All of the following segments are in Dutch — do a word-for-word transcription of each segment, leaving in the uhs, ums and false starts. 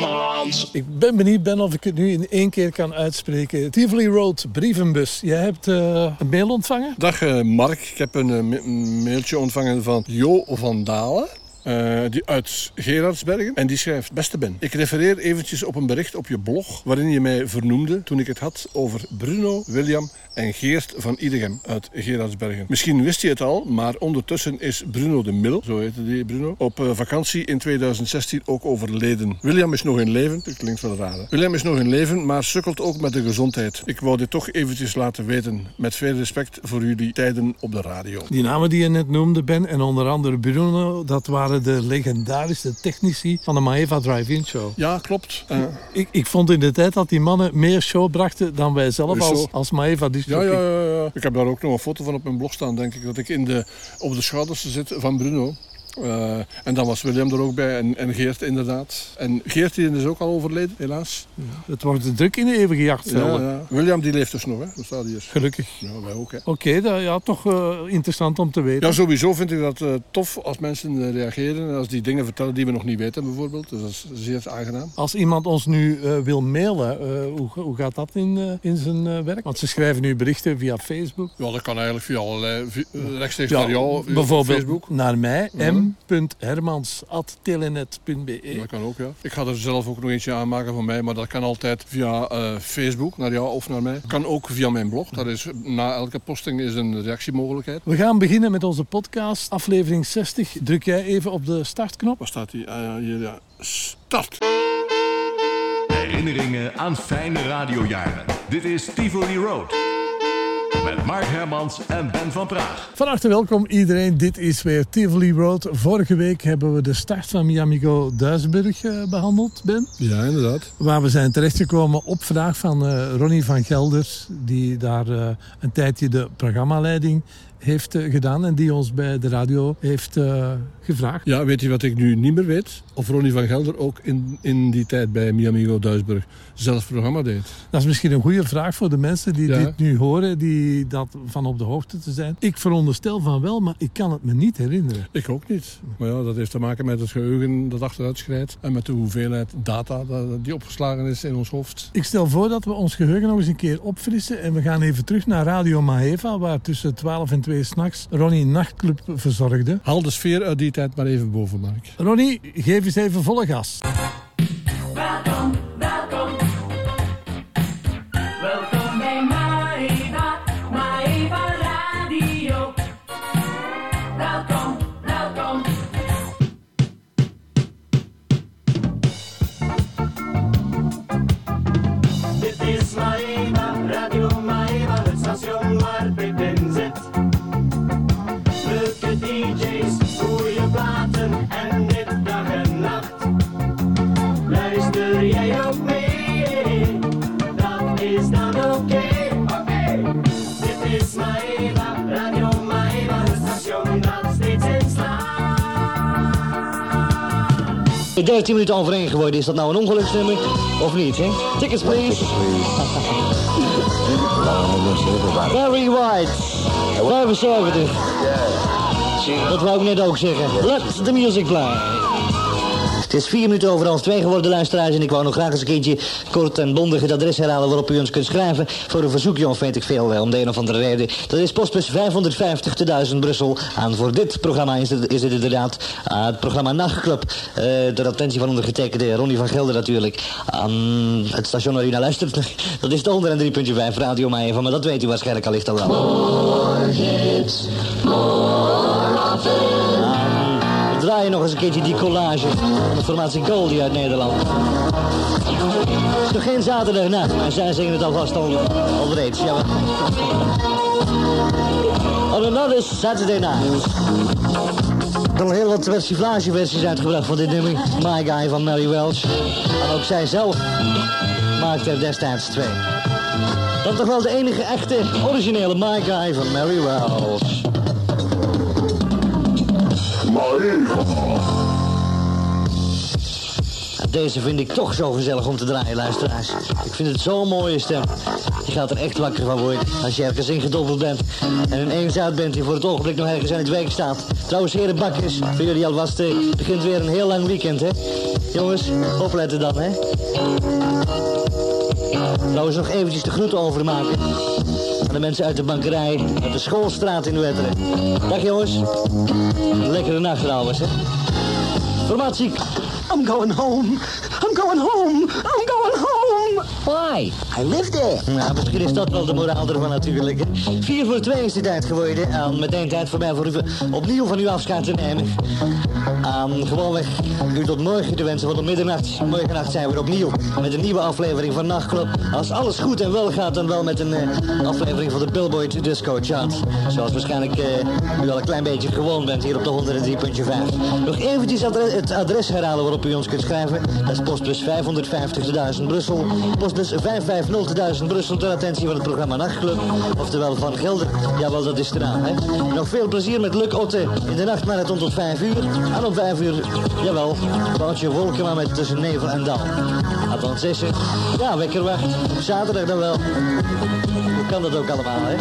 Hermans. Ik ben benieuwd ben of ik het nu in één keer kan uitspreken. Tivoli Road, brievenbus. Jij hebt uh, een mail ontvangen? Dag uh, Mark, ik heb een uh, ma- mailtje ontvangen van Jo van Dalen. Uh, die uit Gerardsbergen. En die schrijft: Beste Ben, ik refereer eventjes op een bericht op je blog waarin je mij vernoemde toen ik het had over Bruno, William en Geert van Idegem uit Gerardsbergen. Misschien wist je het al, maar ondertussen is Bruno de Mil, zo heette die Bruno, op uh, vakantie in tweeduizend zestien ook overleden. William is nog in leven, dat klinkt wel raar. William is nog in leven, maar sukkelt ook met de gezondheid. Ik wou dit toch eventjes laten weten, met veel respect voor jullie tijden op de radio. Die namen die je net noemde, Ben, en onder andere Bruno, dat waren de legendarische technici van de Maeva Drive-In Show. Ja, klopt. Uh, ik, ik vond in de tijd dat die mannen meer show brachten dan wij zelf als, als Maeva disc jockey. Ja, ja, ja, ja. Ik heb daar ook nog een foto van op mijn blog staan, denk ik. Dat ik in de, op de schouders zit van Bruno. Uh, en dan was William er ook bij en, en Geert inderdaad. En Geert die is ook al overleden, helaas. Ja, het wordt druk in de eeuwige jachtvelden. Ja, ja. William die leeft dus nog, hè. Dat staat hier. Gelukkig. Ja, wij ook, hè. Oké, okay, ja, toch uh, interessant om te weten. Ja, sowieso vind ik dat uh, tof als mensen uh, reageren. En als die dingen vertellen die we nog niet weten, bijvoorbeeld. Dus dat is zeer aangenaam. Als iemand ons nu uh, wil mailen, uh, hoe, hoe gaat dat in, uh, in zijn uh, werk? Want ze schrijven nu berichten via Facebook. Ja, dat kan eigenlijk via allerlei, via, uh, rechtstreeks ja, naar jou, via bijvoorbeeld Facebook. Naar mij, ja. m punt hermans at telenet punt b e. Dat kan ook, ja. Ik ga er zelf ook nog eentje aanmaken van mij, maar dat kan altijd via uh, Facebook, naar jou of naar mij. Kan ook via mijn blog. Dat is, na elke posting is een reactiemogelijkheid. We gaan beginnen met onze podcast, aflevering zestig. Druk jij even op de startknop. Waar staat die? Uh, hier, ja. Start! Herinneringen aan fijne radiojaren. Dit is Tivoli Road. Met Mark Hermans en Ben van Praag. Van harte welkom iedereen. Dit is weer Tivoli Road. Vorige week hebben we de start van Miamigo Duisburg uh, behandeld, Ben. Ja, inderdaad. Waar we zijn terechtgekomen op vraag van uh, Ronnie van Gelder, die daar uh, een tijdje de programmaleiding heeft uh, gedaan en die ons bij de radio heeft uh, gevraagd. Ja, weet je wat ik nu niet meer weet? Of Ronnie van Gelder ook in, in die tijd bij Miamigo Duisburg zelf programma deed. Dat is misschien een goede vraag voor de mensen die ja. dit nu horen, die dat van op de hoogte te zijn. Ik veronderstel van wel, maar ik kan het me niet herinneren. Ik ook niet. Maar ja, dat heeft te maken met het geheugen dat achteruit schrijdt en met de hoeveelheid data die opgeslagen is in ons hoofd. Ik stel voor dat we ons geheugen nog eens een keer opfrissen en we gaan even terug naar Radio Maeva, waar tussen twaalf en twee 's nachts Ronnie een nachtclub verzorgde. Haal de sfeer uit die tijd maar even boven, Mark. Ronnie, geef eens even volle gas. Welkom, welkom. Welkom bij Maeva, Maeva Radio. Welkom, welkom. Dit is Maeva, Radio Maeva, het station waar Pip in zit. Leuke D J's, goeie platen en dit dag en nacht. Luister jij ook mee? Dat is dan oké. Okay. Okay. Dit is Maeva, Radio Maeva, het station dat steeds in slaat. dertien minuten over één geworden. Is dat nou een ongeluksnummer? Of niet, hè? Tickets, please. Barry White. vijfenzeventig. Dat wou ik net ook zeggen. Let the music play. Het is vier minuten over half twee geworden, luisteraars. En ik wou nog graag eens een keertje kort en bondig het adres herhalen waarop u ons kunt schrijven voor een verzoekje of weet ik veel, om de een of andere reden. Dat is postbus vijfhonderdvijftig te duizend Brussel. En voor dit programma is het, is het inderdaad uh, het programma Nachtclub. Uh, de attentie van ondergetekende Ronnie van Gelder natuurlijk. Aan het station waar u naar luistert. Dat is de honderd drie punt vijf Radio Maeva, maar dat weet u waarschijnlijk allicht al wel. More hits, more of it. We draaien nog eens een keertje die collage van de formatie Goldie uit Nederland. Het is nog geen zaterdagnacht, maar zij zingen het alvast al, al reeds. Ja, maar... On another Saturday night. Er zijn heel wat persiflageversies uitgebracht van dit nummer. My Guy van Mary Welch. En ook zij zelf maakte er destijds twee. Dan toch wel de enige echte originele My Guy van Mary Welch. deze vind ik toch zo gezellig om te draaien, luisteraars. Ik vind het zo'n mooie stem. Je gaat er echt wakker van worden als je ergens ingedobbeld bent. En een eens uit bent die voor het ogenblik nog ergens aan het werk staat. Trouwens, heren bakkers, voor jullie alvast, het uh, begint weer een heel lang weekend, hè. Jongens, opletten dan, hè. Trouwens, nog eventjes de groeten overmaken aan de mensen uit de bankerij, uit de Schoolstraat in Wetteren. Dag jongens. Lekkere nacht trouwens, hè. Formatie. I'm going home. I'm going home. I'm going home. Why? I live there. Nou, misschien is dat wel de moraal ervan natuurlijk. Hè. Vier voor twee is de tijd geworden. En meteen tijd voor mij voor u opnieuw van u afscheid te nemen. Um, gewoonweg u tot morgen te wensen, want om middernacht, morgennacht zijn we opnieuw met een nieuwe aflevering van Nachtclub. Als alles goed en wel gaat, dan wel met een uh, aflevering van de Billboard Disco Chart. Zoals waarschijnlijk uh, u al een klein beetje gewoon bent hier op de honderd drie punt vijf. Nog eventjes adres, het adres herhalen waarop u ons kunt schrijven. Dat is postbus vijfhonderdvijftig duizend Brussel. Postbus vijf vijf nul duizend Brussel ter attentie van het programma Nachtclub. Oftewel van Gelder. Jawel, dat is de naam, hè. Nog veel plezier met Luc Otte in de nachtmarathon tot vijf uur. En om vijf uur, jawel, Boutje Wolkema met Tussen Nevel en Dal. Althans, zessen. Ja, wekker wacht. Op zaterdag dan wel. Hoe kan dat ook allemaal, hè?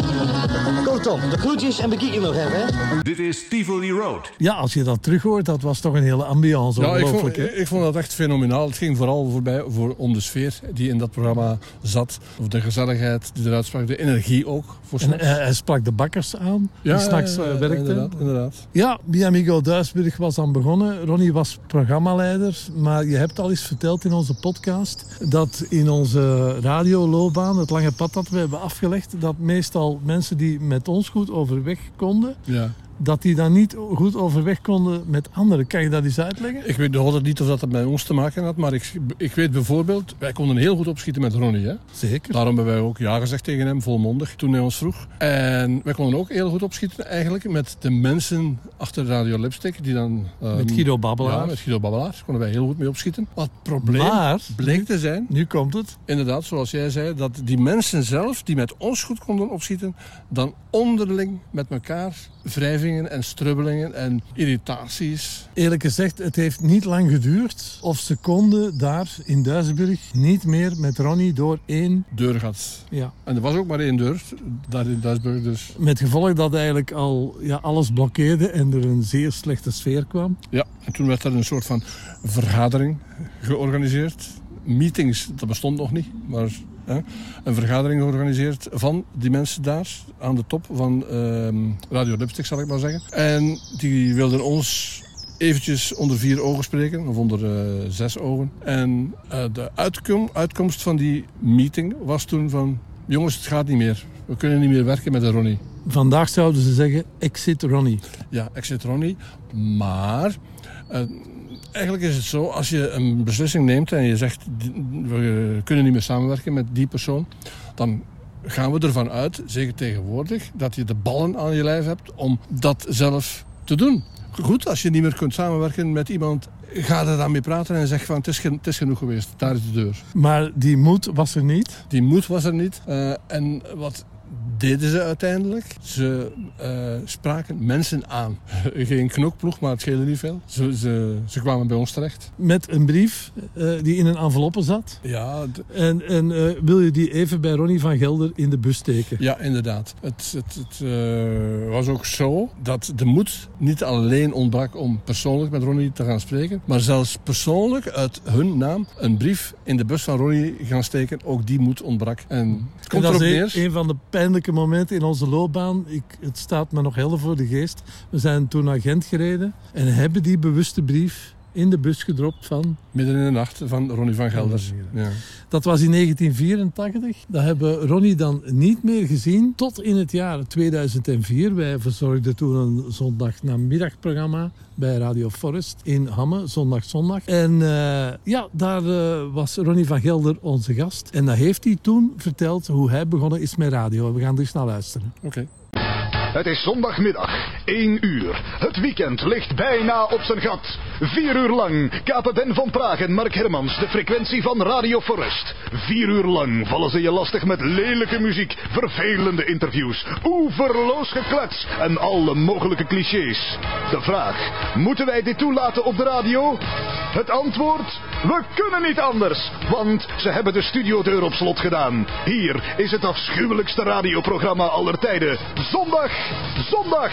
Kortom, de groetjes en bekijk je nog even, hè? Dit is Tivoli Road. Ja, als je dat terug hoort, dat was toch een hele ambiance. Ja, ik vond, ongelooflijk, hè? ik vond dat echt fenomenaal. Het ging vooral voorbij voor, om de sfeer die in dat programma zat. Of de gezelligheid die eruit sprak, de energie ook. Voor En hij, hij sprak de bakkers aan, ja, die s'nachts ja, uh, ja, werkten. Inderdaad, inderdaad. Ja, Biamigo Duisburg was dan begonnen. Ronnie was programmaleider. Maar je hebt al eens verteld in onze podcast dat in onze radioloopbaan, het lange pad dat we hebben afgelegd, dat meestal mensen die met ons goed overweg konden, Ja. dat die dan niet goed overweg konden met anderen. Kan je dat eens uitleggen? Ik weet nog altijd niet of dat met ons te maken had, maar ik, ik weet bijvoorbeeld, wij konden heel goed opschieten met Ronnie. Hè? Zeker. Daarom hebben wij ook ja gezegd tegen hem, volmondig, toen hij ons vroeg. En wij konden ook heel goed opschieten eigenlijk met de mensen achter Radio Lipstick, die dan... Um, Met Guido Babbelaar. Ja, met Guido Babbelaar konden wij heel goed mee opschieten. Wat het probleem Maar, bleek te zijn, nu komt het. inderdaad, zoals jij zei, dat die mensen zelf, die met ons goed konden opschieten, dan onderling met elkaar wrijvingen en strubbelingen en irritaties. Eerlijk gezegd, het heeft niet lang geduurd of ze konden daar in Duisburg niet meer met Ronnie door één... Deur gaat. Ja. En er was ook maar één deur, daar in Duisburg dus. Met gevolg dat eigenlijk al ja, alles blokkeerde en er een zeer slechte sfeer kwam. Ja, en toen werd er een soort van vergadering georganiseerd. Meetings, dat bestond nog niet, maar hè, een vergadering georganiseerd van die mensen daar aan de top van uh, Radio Lipstick, zal ik maar zeggen. En die wilden ons eventjes onder vier ogen spreken, of onder uh, zes ogen. En uh, de uitkom, uitkomst van die meeting was toen van, jongens, het gaat niet meer. We kunnen niet meer werken met de Ronnie. Vandaag zouden ze zeggen, exit Ronnie. Ja, exit Ronnie, maar... Uh, Eigenlijk is het zo, als je een beslissing neemt en je zegt, we kunnen niet meer samenwerken met die persoon, dan gaan we ervan uit, zeker tegenwoordig, dat je de ballen aan je lijf hebt om dat zelf te doen. Goed, als je niet meer kunt samenwerken met iemand, ga er dan mee praten en zeg van, het is, gen- het is genoeg geweest, daar is de deur. Maar die moed was er niet. Die moed was er niet. Uh, en wat deden ze uiteindelijk? Ze uh, spraken mensen aan. Geen knokploeg, maar het scheelde niet veel. Ze, ze, ze kwamen bij ons terecht. Met een brief uh, die in een enveloppe zat. Ja, d- En, en uh, wil je die even bij Ronnie van Gelder in de bus steken? ja inderdaad. Het, het, het uh, was ook zo dat de moed niet alleen ontbrak om persoonlijk met Ronnie te gaan spreken, maar zelfs persoonlijk uit hun naam een brief in de bus van Ronnie gaan steken. Ook die moed ontbrak. En het komt En dat erop is neer. een, een van de pijnlijke momenten in onze loopbaan. Ik, het staat me nog helder voor de geest. We zijn toen naar Gent gereden en hebben die bewuste brief in de bus gedropt van... Midden in de nacht van Ronnie van Gelder. Ja. Dat was in negentien vierentachtig. Dat hebben Ronnie dan niet meer gezien tot in het jaar tweeduizend vier. Wij verzorgden toen een zondagnamiddagprogramma bij Radio Forest in Hamme, zondag zondag. En uh, ja, daar uh, was Ronnie van Gelder onze gast. En dat heeft hij toen verteld hoe hij begonnen is met radio. We gaan dus naar luisteren. Oké. Het is zondagmiddag. één uur. Het weekend ligt bijna op zijn gat. Vier uur lang kapen Ben van Praag en Mark Hermans de frequentie van Radio Forest. Vier uur lang vallen ze je lastig met lelijke muziek, vervelende interviews, oeverloos geklets en alle mogelijke clichés. De vraag, moeten wij dit toelaten op de radio? Het antwoord, we kunnen niet anders, want ze hebben de studiodeur op slot gedaan. Hier is het afschuwelijkste radioprogramma aller tijden. Zondag, zondag.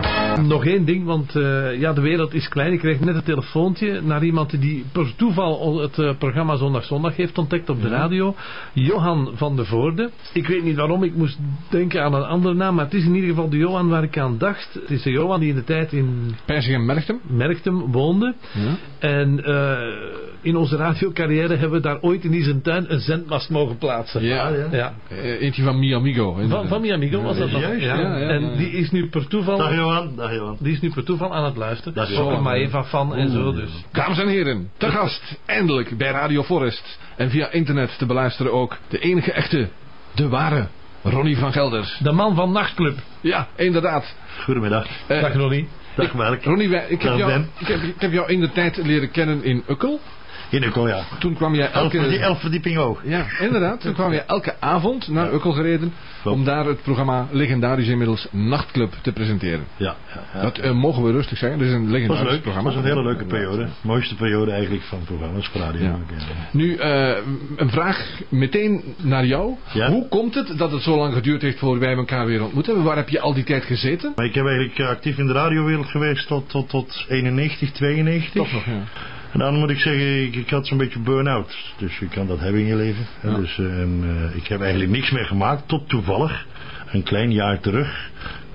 Nog één ding, want uh, ja, de wereld is klein. Ik kreeg net een telefoontje naar iemand die per toeval het uh, programma Zondag Zondag heeft ontdekt op de radio. Johan van de Voorde. Ik weet niet waarom, ik moest denken aan een andere naam, maar het is in ieder geval de Johan waar ik aan dacht. Het is de Johan die in de tijd in Persingen Merchtem. Merchtem woonde. Ja. En uh, in onze radiocarrière hebben we daar ooit in zijn tuin een zendmast mogen plaatsen. Ja, ja. ja. Uh, eentje van Mi Amigo. Van, van Mi Amigo was dat dan? Juist, ja. Ja, ja, en die is nu per toeval... Dag Johan, dag Johan. Die is nu per toeval aan het luisteren. Dat is ook een Maeva fan en zo dus. Dames en heren, te gast, eindelijk bij Radio Forest. En via internet te beluisteren ook de enige echte, de ware Ronnie van Gelders. De man van Nachtclub. Ja, inderdaad. Goedemiddag. Uh, Dag Ronnie. Dag Mark. Ronnie, wij, ik, heb Dag jou, Ben. ik, heb, ik heb jou in de tijd leren kennen in Ukkel. In Ukkel, ja. Toen kwam jij elke... Elf, die elf verdieping hoog. Ja, inderdaad. Toen kwam je elke avond naar Ukkel gereden om daar het programma legendarisch inmiddels Nachtclub te presenteren. Ja. ja, ja. Dat uh, mogen we rustig zeggen. Dat is een legendarisch was leuk. programma. Het was een hele leuke periode. Mooiste periode eigenlijk van programma's voor radio. Ja. Nu, uh, een vraag meteen naar jou. Ja? Hoe komt het dat het zo lang geduurd heeft voor wij elkaar weer ontmoet hebben? Waar heb je al die tijd gezeten? Maar ik heb eigenlijk actief in de radiowereld geweest tot, tot, tot eenennegentig, tweeënnegentig. Toch nog, ja. En dan moet ik zeggen, ik, ik had zo'n beetje burn-out. Dus je kan dat hebben in je leven. Ja. Dus, uh, en, uh, ik heb eigenlijk niks meer gemaakt tot toevallig een klein jaar terug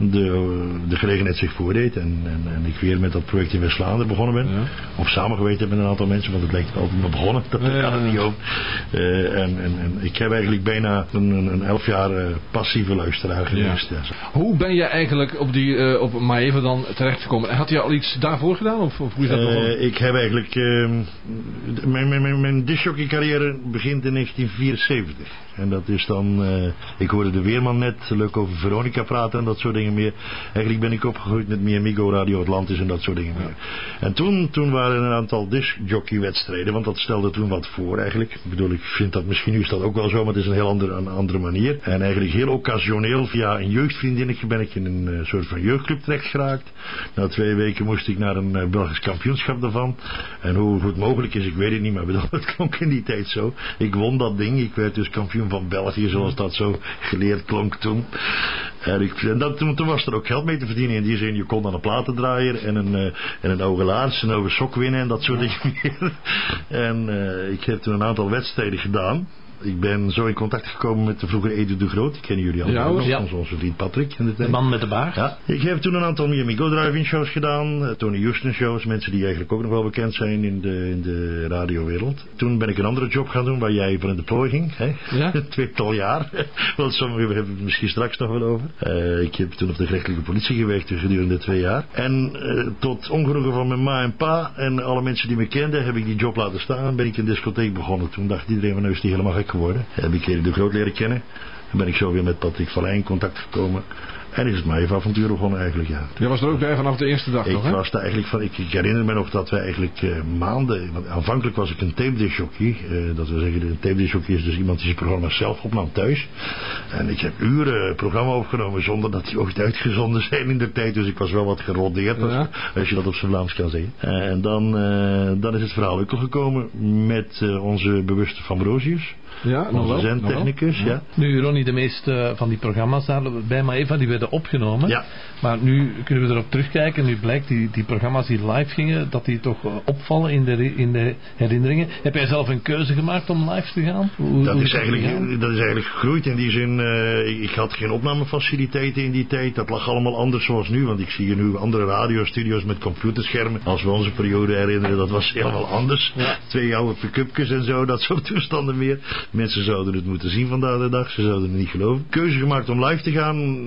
de, de gelegenheid zich voordeed en, en, en ik weer met dat project in West-Vlaanderen begonnen ben. Ja. Of samen gewerkt heb met een aantal mensen, want het lijkt altijd maar begonnen. Dat ja, kan het niet over. Uh, en, en, en ik heb eigenlijk bijna een, een elf jaar uh, passieve luisteraar geweest. Ja. Ja. Hoe ben je eigenlijk op, die, uh, op Maeva dan terechtgekomen? Had je al iets daarvoor gedaan? Of, of hoe is dat begonnen? Uh, ik heb eigenlijk... Uh, mijn mijn, mijn, mijn discjockey carrière begint in negentien vierenzeventig. En dat is dan... Uh, ik hoorde de Weerman net leuk over Veronica praten en dat soort dingen meer. Eigenlijk ben ik opgegroeid met Mi Amigo, Radio Atlantis en dat soort dingen meer. Ja. En toen, toen waren er een aantal discjockeywedstrijden, want dat stelde toen wat voor eigenlijk. Ik bedoel, ik vind dat misschien nu is dat ook wel zo, maar het is een heel andere, een andere manier. En eigenlijk heel occasioneel via een jeugdvriendinnetje ben ik in een uh, soort van jeugdclub terecht geraakt. Na twee weken moest ik naar een uh, Belgisch kampioenschap daarvan. En hoe goed mogelijk is, ik weet het niet, maar bedoel, het klonk in die tijd zo. Ik won dat ding, ik werd dus kampioen van België, zoals dat zo geleerd klonk toen. En, ik, en dat, toen, toen was er ook geld mee te verdienen. In die zin, je kon dan een platendraaier en een, uh, en een oude laars, een oude sok winnen en dat soort dingen meer. En uh, ik heb toen een aantal wedstrijden gedaan. Ik ben zo in contact gekomen met de vroegere Edu de Groot. Die kennen jullie allemaal nog, ja. Onze vriend Patrick. In de, de man met de baard. Ja. Ik heb toen een aantal Mi Amigo drive-in shows gedaan. Uh, Tony Houston shows. Mensen die eigenlijk ook nog wel bekend zijn in de, in de radiowereld. Toen ben ik een andere job gaan doen waar jij van in de plooi ging. Hè? Ja. Tweetal jaar. Want sommigen hebben we het misschien straks nog wel over. Uh, ik heb toen op de gerechtelijke politie gewerkt gedurende twee jaar. En uh, tot ongenoegen van mijn ma en pa en alle mensen die me kenden heb ik die job laten staan. Ben ik een discotheek begonnen. Toen dacht iedereen van nou is die helemaal gek geworden. Heb ik Erik de Groot leren kennen. En ben ik zo weer met Patrick Vallijn in contact gekomen. En is het Maeva avontuur begonnen eigenlijk, ja. Jij was er ook bij vanaf de eerste dag ik nog, hè? Was daar eigenlijk van, ik, ik herinner me nog dat wij eigenlijk uh, maanden... Want aanvankelijk was ik een tape discjockey. Uh, dat we zeggen, een tape discjockey is dus iemand die zijn programma zelf opnam thuis. En ik heb uren programma opgenomen zonder dat die ooit uitgezonden zijn in de tijd. Dus ik was wel wat gerodeerd, als, ja. als je dat op zijn Vlaams kan zeggen. Uh, en dan, uh, dan is het verhaal Ukkel gekomen met uh, onze bewuste Van Brosius. Ja, onze zendtechnicus, ja. ja. Nu, Ronnie, de meeste van die programma's daar bij Maeva, die werden opgenomen. Ja. Maar nu kunnen we erop terugkijken. Nu blijkt die, die programma's die live gingen, dat die toch opvallen in de, in de herinneringen. Heb jij zelf een keuze gemaakt om live te gaan? Hoe, dat, hoe is eigenlijk, dat is eigenlijk gegroeid in die zin. Uh, ik had geen opnamefaciliteiten in die tijd. Dat lag allemaal anders zoals nu. Want ik zie hier nu andere radiostudio's met computerschermen. Als we onze periode herinneren, dat was helemaal anders. Ja. Twee oude pick-upjes en zo, dat soort toestanden meer. Mensen zouden het moeten zien vandaag de dag. Ze zouden het niet geloven. Keuze gemaakt om live te gaan. Ja,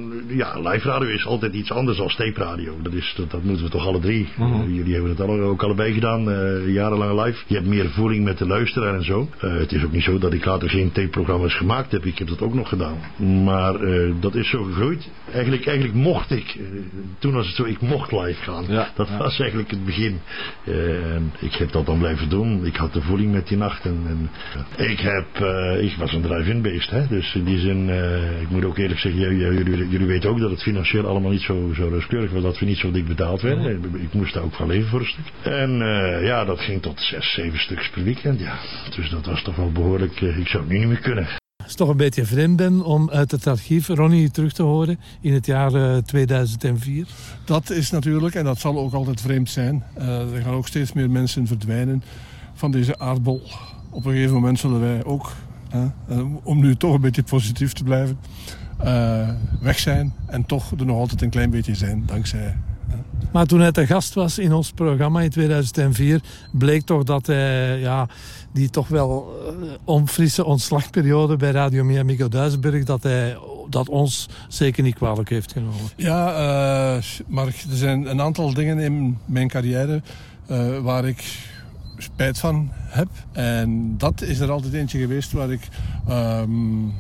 ja, live radio is altijd iets anders dan tape-radio. Dat, is, dat, dat moeten we toch alle drie. Mm-hmm. Uh, jullie hebben het alle, ook allebei gedaan, uh, jarenlang live. Je hebt meer voeling met de luisteraar en zo. Uh, het is ook niet zo dat ik later geen tape-programma's gemaakt heb. Ik heb dat ook nog gedaan. Maar uh, dat is zo gegroeid. Eigenlijk, eigenlijk mocht ik, uh, toen was het zo, ik mocht live gaan. Ja, dat ja. was eigenlijk het begin. Uh, en ik heb dat dan blijven doen. Ik had de voeling met die nacht. En, en uh, ik heb, uh, ik was een drive-in beest. Hè? Dus in die zin, uh, ik moet ook eerlijk zeggen, jullie, jullie, jullie weten ook dat het financieel allemaal niet zo, zo rooskleurig was. Dat we niet zo dik betaald werden. Mm-hmm. Ik moest daar ook van leven voor een stuk. En uh, ja, dat ging tot zes, zeven stuks per weekend. Ja. Dus dat was toch wel behoorlijk, uh, ik zou het nu niet meer kunnen. Het is toch een beetje vreemd, Ben, om uit het archief Ronnie terug te horen in het jaar uh, tweeduizend vier. Dat is natuurlijk, en dat zal ook altijd vreemd zijn. Uh, er gaan ook steeds meer mensen verdwijnen van deze aardbol. Op een gegeven moment zullen wij ook, uh, uh, om nu toch een beetje positief te blijven, uh, weg zijn. En toch er nog altijd een klein beetje zijn, dankzij... Maar toen hij te gast was in ons programma in tweeduizend vier... bleek toch dat hij ja, die toch wel uh, onfrisse ontslagperiode bij Radio Miamigo Duisburg... dat hij dat ons zeker niet kwalijk heeft genomen. Ja, uh, maar er zijn een aantal dingen in mijn carrière uh, waar ik spijt van heb. En dat is er altijd eentje geweest waar ik... Um,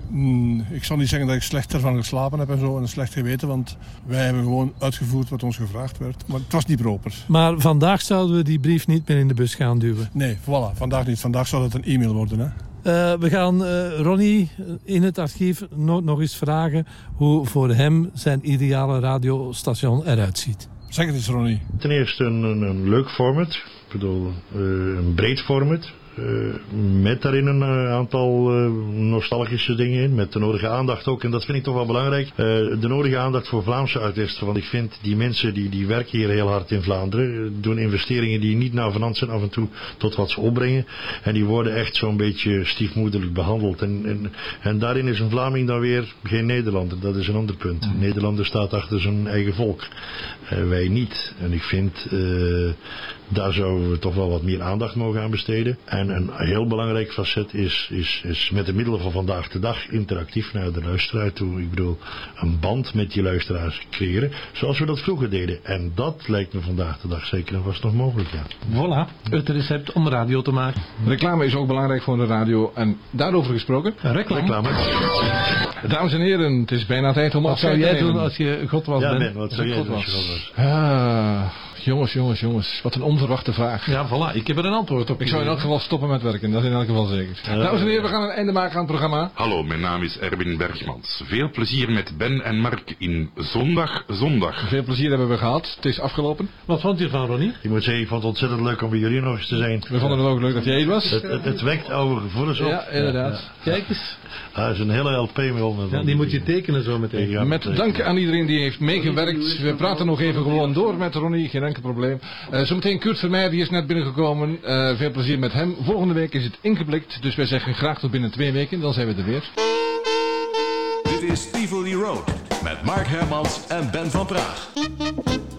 Ik zal niet zeggen dat ik slechter van geslapen heb en zo en een slecht geweten, want wij hebben gewoon uitgevoerd wat ons gevraagd werd. Maar het was niet proper. Maar vandaag zouden we die brief niet meer in de bus gaan duwen. Nee, voilà, vandaag niet. Vandaag zou het een e-mail worden, hè. Uh, we gaan uh, Ronnie in het archief nog, nog eens vragen hoe voor hem zijn ideale radiostation eruit ziet. Zeg het eens, Ronnie. Ten eerste een, een, een leuk format. Ik bedoel, uh, een breed format. Uh, met daarin een uh, aantal uh, nostalgische dingen in, met de nodige aandacht ook, en dat vind ik toch wel belangrijk, uh, de nodige aandacht voor Vlaamse artiesten, want ik vind die mensen die, die werken hier heel hard in Vlaanderen, doen investeringen die niet navenant zijn af en toe tot wat ze opbrengen, en die worden echt zo'n beetje stiefmoederlijk behandeld, en, en, en daarin is een Vlaming dan weer geen Nederlander, dat is een ander punt. Een Nederlander staat achter zijn eigen volk, uh, wij niet, en ik vind uh, daar zouden we toch wel wat meer aandacht mogen aan besteden. En een heel belangrijk facet is, is, is met de middelen van vandaag de dag interactief naar de luisteraar toe. Ik bedoel, een band met die luisteraars creëren, zoals we dat vroeger deden. En dat lijkt me vandaag de dag zeker en vast nog mogelijk, ja. Voilà, het recept om radio te maken. Reclame is ook belangrijk voor de radio. En daarover gesproken, reclame. reclame. Dames en heren, het is bijna tijd om wat afscheid te nemen. Wat zou jij doen doen als je God was, Ja, Ben? Ben, wat zou jij doen als je God was? Ah, jongens, jongens, jongens. Wat een onverwachte vraag. Ja, voilà. Ik heb er een antwoord op. Ik zou in elk geval stoppen met werken. Dat is in elk geval zeker. Ja, Dames en heren, we gaan een einde maken aan het programma. Hallo, mijn naam is Erwin Bergmans. Veel plezier met Ben en Mark in Zondag Zondag. Veel plezier hebben we gehad. Het is afgelopen. Wat vond u ervan, Ronnie? Ik moet zeggen, ik vond het ontzettend leuk om bij jullie nog eens te zijn. We vonden het ook leuk dat jij hier was. Het, het, het wekt oude gevoelens op. Ja, inderdaad. Ja. Kijk eens. Dat is een hele L P met ja, die moet je tekenen zo meteen. Ja, met dank aan iedereen die heeft meegewerkt. We praten nog even gewoon door met Ronnie, geen enkel probleem. Uh, zometeen Kurt Vermeij, die is net binnengekomen. Uh, veel plezier met hem. Volgende week is het ingeblikt, dus wij zeggen graag tot binnen twee weken, dan zijn we er weer. Dit is Tivoli Road met Mark Hermans en Ben van Praag.